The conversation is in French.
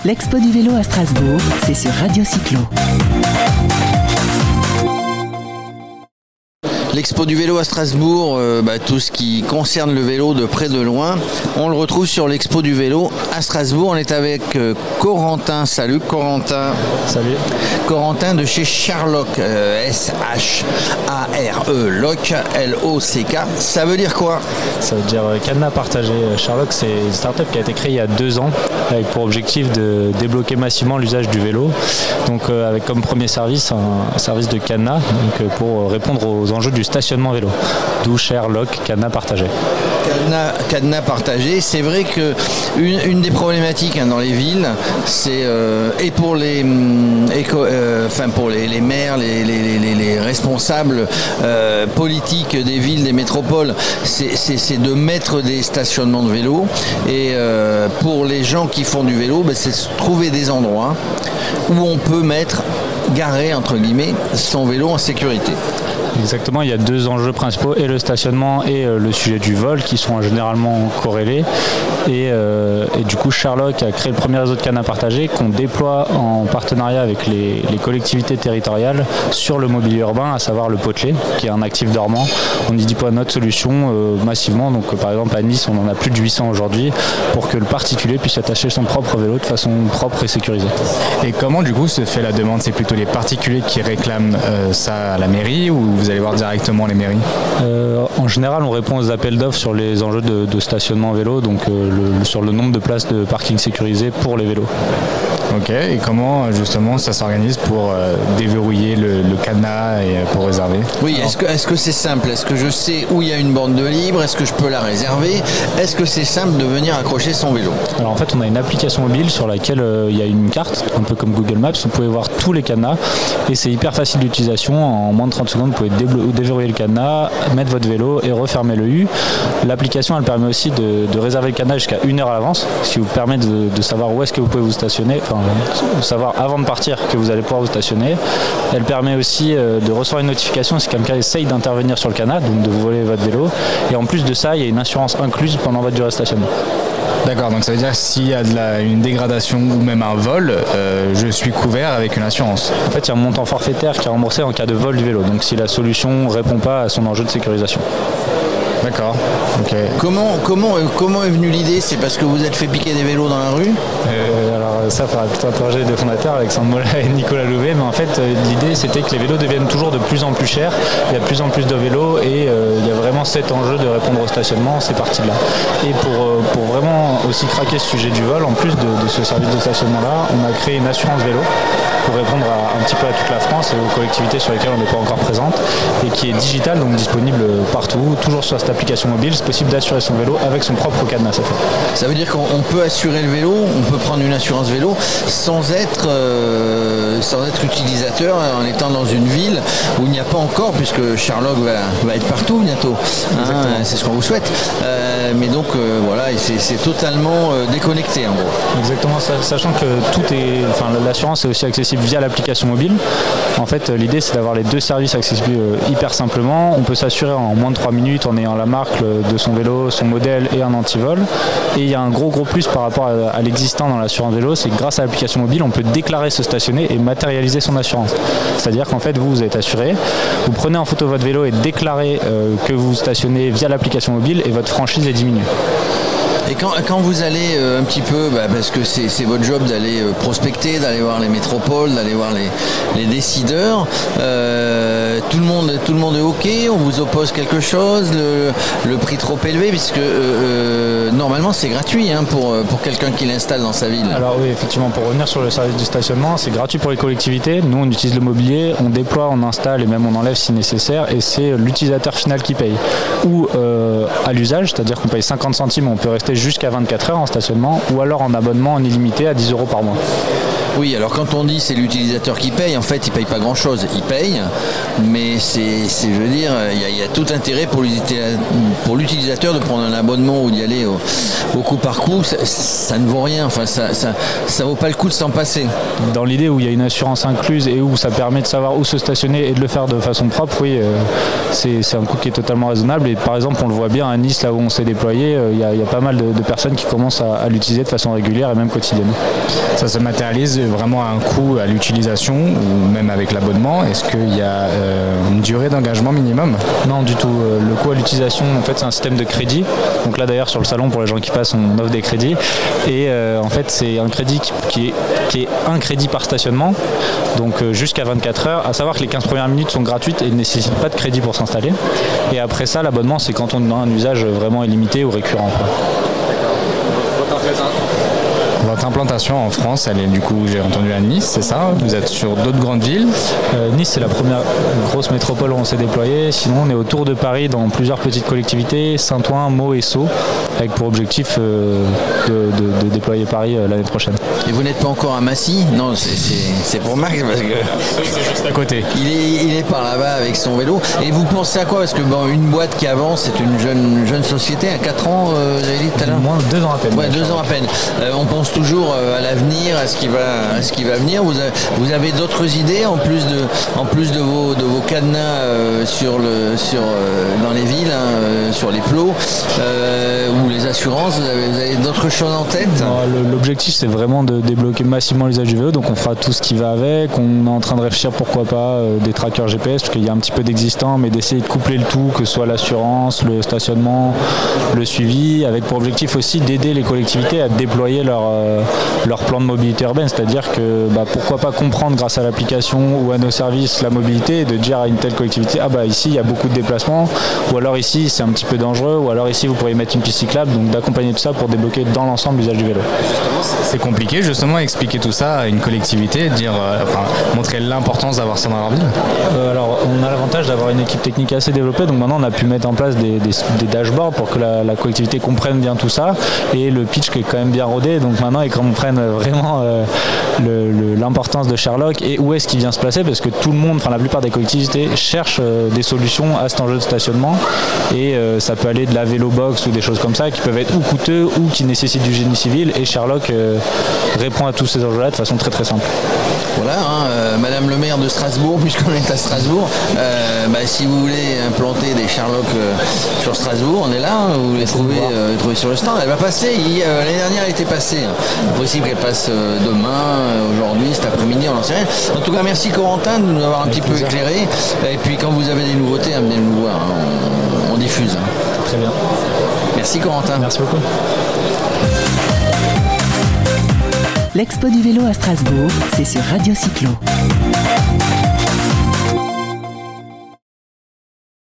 L'Expo du vélo à Strasbourg, c'est sur Radio Cyclo. L'Expo du vélo à Strasbourg, tout ce qui concerne le vélo de près de loin, on le retrouve sur l'Expo du vélo à Strasbourg. On est avec Corentin. Salut Corentin. Salut. Corentin de chez Sharlock, S-H-A-R-E, Lock, L-O-C-K. Ça veut dire quoi? Ça veut dire cadenas partagé. Sharlock, c'est une start-up qui a été créée il y a 2 ans avec pour objectif de débloquer massivement l'usage du vélo. Donc avec comme premier service un service de cadenas pour répondre aux enjeux du stationnement vélo. D'où Sharlock, cadenas partagé. Cadenas partagé, c'est vrai que une des problématiques dans les villes, c'est et pour les maires, les responsables politiques des villes, des métropoles, c'est de mettre des stationnements de vélo. Et pour les gens qui font du vélo, c'est trouver des endroits où on peut garer entre guillemets son vélo en sécurité. Exactement, il y a 2 enjeux principaux, et le stationnement et le sujet du vol, qui sont généralement corrélés. Et du coup, Sharlock a créé le premier réseau de cadenas partagés qu'on déploie en partenariat avec les collectivités territoriales sur le mobilier urbain, à savoir le Potelet, qui est un actif dormant. On y déploie notre solution massivement. Donc par exemple à Nice, on en a plus de 800 aujourd'hui, pour que le particulier puisse attacher son propre vélo de façon propre et sécurisée. Et comment du coup se fait la demande? C'est plutôt les particuliers qui réclament ça à la mairie, ou vous allez voir directement les mairies? En général, on répond aux appels d'offres sur les enjeux de stationnement vélo, donc sur le nombre de places de parking sécurisées pour les vélos. Ok, et comment justement ça s'organise pour déverrouiller le cadenas et pour réserver? Oui, est-ce que c'est simple? Est-ce que je sais où il y a une borne de libre? Est-ce que je peux la réserver? Est-ce que c'est simple de venir accrocher son vélo? Alors en fait, on a une application mobile sur laquelle il y a une carte, un peu comme Google Maps. Vous pouvez voir tous les cadenas et c'est hyper facile d'utilisation. En moins de 30 secondes, vous pouvez déverrouiller le cadenas, mettre votre vélo et refermer le U. L'application, elle permet aussi de réserver le cadenas jusqu'à 1 heure à l'avance, ce qui vous permet de savoir où est-ce que vous pouvez vous stationner, savoir avant de partir que vous allez pouvoir vous stationner. Elle permet aussi de recevoir une notification si quelqu'un essaye d'intervenir sur le cadenas, donc de vous voler votre vélo. Et en plus de ça, il y a une assurance incluse pendant votre durée de stationnement. D'accord, donc ça veut dire que s'il y a une dégradation ou même un vol, je suis couvert avec une assurance. En fait, il y a un montant forfaitaire qui est remboursé en cas de vol du vélo, donc si la solution ne répond pas à son enjeu de sécurisation. D'accord. Ok. Comment est venue l'idée? C'est parce que vous êtes fait piquer des vélos dans la rue? Alors ça, il faudra plutôt interroger les deux fondateurs, Alexandre Mola et Nicolas Louvet. Mais en fait, l'idée, c'était que les vélos deviennent toujours de plus en plus chers. Il y a de plus en plus de vélos et il y a vraiment cet enjeu de répondre au stationnement, c'est parti de là. Et pour vraiment aussi craquer ce sujet du vol, en plus de ce service de stationnement-là, on a créé une assurance vélo pour répondre un petit peu à toute la France et aux collectivités sur lesquelles on n'est pas encore présente, et qui est digitale, donc disponible partout, toujours sur cette application mobile. C'est possible d'assurer son vélo avec son propre cadenas cette fois. Ça veut dire qu'on peut assurer le vélo, on peut prendre une assurance vélo sans être utilisateur, en étant dans une ville où il n'y a pas encore, puisque Sharlock va être partout bientôt. C'est ce qu'on vous souhaite. Mais donc voilà, c'est totalement déconnecté en gros. Exactement, sachant que l'assurance est aussi accessible via l'application mobile. En fait, l'idée, c'est d'avoir les 2 services accessibles hyper simplement. On peut s'assurer en moins de 3 minutes en ayant la marque de son vélo, son modèle et un antivol. Et il y a un gros plus par rapport à l'existant dans l'assurance vélo, c'est que grâce à l'application mobile, on peut déclarer se stationner et matérialiser son assurance. C'est-à-dire qu'en fait, vous êtes assuré, vous prenez en photo votre vélo et déclarez que vous stationnez via l'application mobile et votre franchise est diminuée. Et quand vous allez un petit peu, parce que c'est votre job d'aller prospecter, d'aller voir les métropoles, d'aller voir les décideurs, tout le monde est OK, on vous oppose quelque chose, le prix trop élevé, puisque normalement c'est gratuit pour quelqu'un qui l'installe dans sa ville. Alors oui, effectivement, pour revenir sur le service du stationnement, c'est gratuit pour les collectivités. Nous, on utilise le mobilier, on déploie, on installe et même on enlève si nécessaire, et c'est l'utilisateur final qui paye. Ou à l'usage, c'est-à-dire qu'on paye 50 centimes, on peut rester jusqu'à 24 heures en stationnement, ou alors en abonnement en illimité à 10 € par mois. Oui, alors quand on dit c'est l'utilisateur qui paye, en fait il paye pas grand chose, il paye, mais je veux dire, il y a tout intérêt pour l'utilisateur de prendre un abonnement ou d'y aller au coup par coup, ça ne vaut rien, enfin ça vaut pas le coup de s'en passer. Dans l'idée où il y a une assurance incluse et où ça permet de savoir où se stationner et de le faire de façon propre, oui, c'est un coût qui est totalement raisonnable. Et par exemple, on le voit bien à Nice, là où on s'est déployé, il y a pas mal de personnes qui commencent à l'utiliser de façon régulière et même quotidienne. Ça se matérialise vraiment à un coût à l'utilisation ou même avec l'abonnement. Est-ce qu'il y a une durée d'engagement minimum? Non, du tout. Le coût à l'utilisation, en fait, c'est un système de crédit. Donc là, d'ailleurs, sur le salon, pour les gens qui passent, on offre des crédits. Et en fait, c'est un crédit qui est un crédit par stationnement, donc jusqu'à 24 heures. À savoir que les 15 premières minutes sont gratuites et ne nécessitent pas de crédit pour s'installer. Et après ça, l'abonnement, c'est quand on a un usage vraiment illimité ou récurrent. Votre implantation en France, elle est du coup, j'ai entendu à Nice, c'est ça? Vous êtes sur d'autres grandes villes? Nice, c'est la première grosse métropole où on s'est déployé. Sinon, on est autour de Paris dans plusieurs petites collectivités, Saint-Ouen, Meaux et Sceaux, avec pour objectif de déployer Paris l'année prochaine. Et vous n'êtes pas encore à Massy? Non, c'est pour Marc parce que c'est juste à côté. Il est par là-bas avec son vélo. Et vous pensez à quoi? Parce que une boîte qui avance, c'est une jeune société à 4 ans, vous avez dit tout à l'heure? Moins 2 ans à peine. Ouais, 2 ans à peine. On pense toujours à l'avenir, à ce qui va venir. Vous avez d'autres idées en plus de vos cadenas dans les villes, sur les plots ou les assurances. Vous avez d'autres choses en tête? L'objectif, c'est vraiment de débloquer massivement l'usage du vélo. Donc on fera tout ce qui va avec. On est en train de réfléchir pourquoi pas des trackers GPS, parce qu'il y a un petit peu d'existant, mais d'essayer de coupler le tout, que ce soit l'assurance, le stationnement, le suivi, avec pour objectif aussi d'aider les collectivités à déployer leur plan de mobilité urbaine, c'est-à-dire que pourquoi pas comprendre grâce à l'application ou à nos services la mobilité et de dire à une telle collectivité ici il y a beaucoup de déplacements, ou alors ici c'est un petit peu dangereux, ou alors ici vous pourriez mettre une piste cyclable, donc d'accompagner tout ça pour débloquer dans l'ensemble l'usage du vélo. C'est compliqué justement expliquer tout ça à une collectivité, montrer l'importance d'avoir ça dans leur ville. Alors on a l'avantage d'avoir une équipe technique assez développée, donc maintenant on a pu mettre en place des dashboards pour que la collectivité comprenne bien tout ça, et le pitch qui est quand même bien rodé, donc maintenant ils comprennent vraiment l'importance de Sherlock et où est-ce qu'il vient se placer, parce que tout le monde, la plupart des collectivités cherchent des solutions à cet enjeu de stationnement, et ça peut aller de la vélo box ou des choses comme ça qui peuvent être ou coûteux ou qui nécessitent du génie civil, et Sherlock répond à tous ces enjeux-là de façon très très simple. Voilà, Madame le maire de Strasbourg, puisqu'on est à Strasbourg, si vous voulez implanter des Sherlock sur Strasbourg, on est là, vous les trouvez sur le stand. Elle va passer, l'année dernière elle était passée, c'est possible qu'elle passe demain, aujourd'hui, cet après-midi, on n'en sait rien. En tout cas, merci Corentin de nous avoir un petit peu éclairé, et puis quand vous avez des nouveautés, venez nous voir, on diffuse. Très bien. Merci Corentin. Merci beaucoup. L'Expo du vélo à Strasbourg, c'est sur Radio Cyclo.